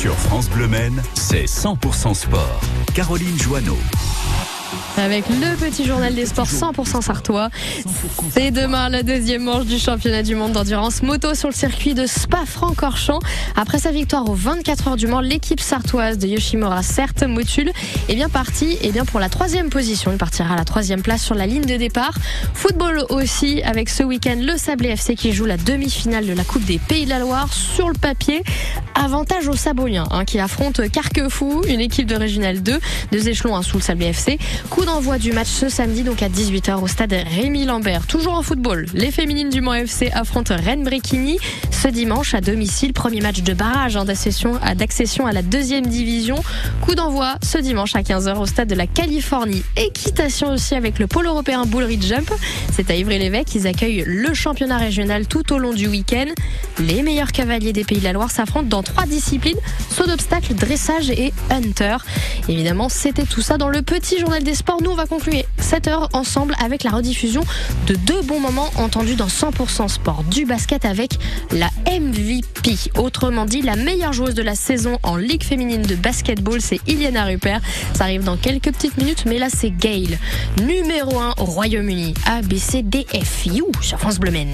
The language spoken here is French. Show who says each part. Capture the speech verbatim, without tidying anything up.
Speaker 1: Sur France Bleu Maine, c'est cent pour cent sport. Caroline Joanneau.
Speaker 2: Avec le petit journal des sports cent pour cent sartois. C'est demain la deuxième manche du championnat du monde d'endurance moto sur le circuit de Spa-Francorchamps. Après sa victoire aux vingt-quatre heures du Mans, l'équipe sartoise de Yoshimura, certes Motul, est bien partie et bien pour la troisième position. Il partira à la troisième place sur la ligne de départ. Football aussi avec ce week-end le Sablé F C qui joue la demi-finale de la Coupe des Pays de la Loire. Sur le papier, avantage aux Saboliens hein, qui affrontent Carquefou, une équipe de Régional deux, deux échelons hein, sous le Sablé F C. Coup d'envoi du match ce samedi donc à dix-huit heures au stade Rémi Lambert. Toujours en football, les féminines du Mans F C affrontent Rennes-Bréquigny ce dimanche à domicile. Premier match de barrage hein, d'accession, à, d'accession à la deuxième division. Coup d'envoi ce dimanche à quinze heures au stade de la Californie. Équitation aussi avec le pôle européen Bull Ridge Jump. C'est à Ivry-l'Évêque. Ils accueillent le championnat régional tout au long du week-end. Les meilleurs cavaliers des Pays de la Loire s'affrontent dans trois disciplines, saut d'obstacles, dressage et hunter. Évidemment, c'était tout ça dans le petit journal des sports. Nous, on va conclure cette heure ensemble avec la rediffusion de deux bons moments entendus dans cent pour cent sport. Du basket avec la M V P. Autrement dit, la meilleure joueuse de la saison en Ligue féminine de basketball, c'est Iliana Rupert. Ça arrive dans quelques petites minutes, mais là, c'est Gail. Numéro un au Royaume-Uni. A, B, C, D, F, U sur France Bleu Maine.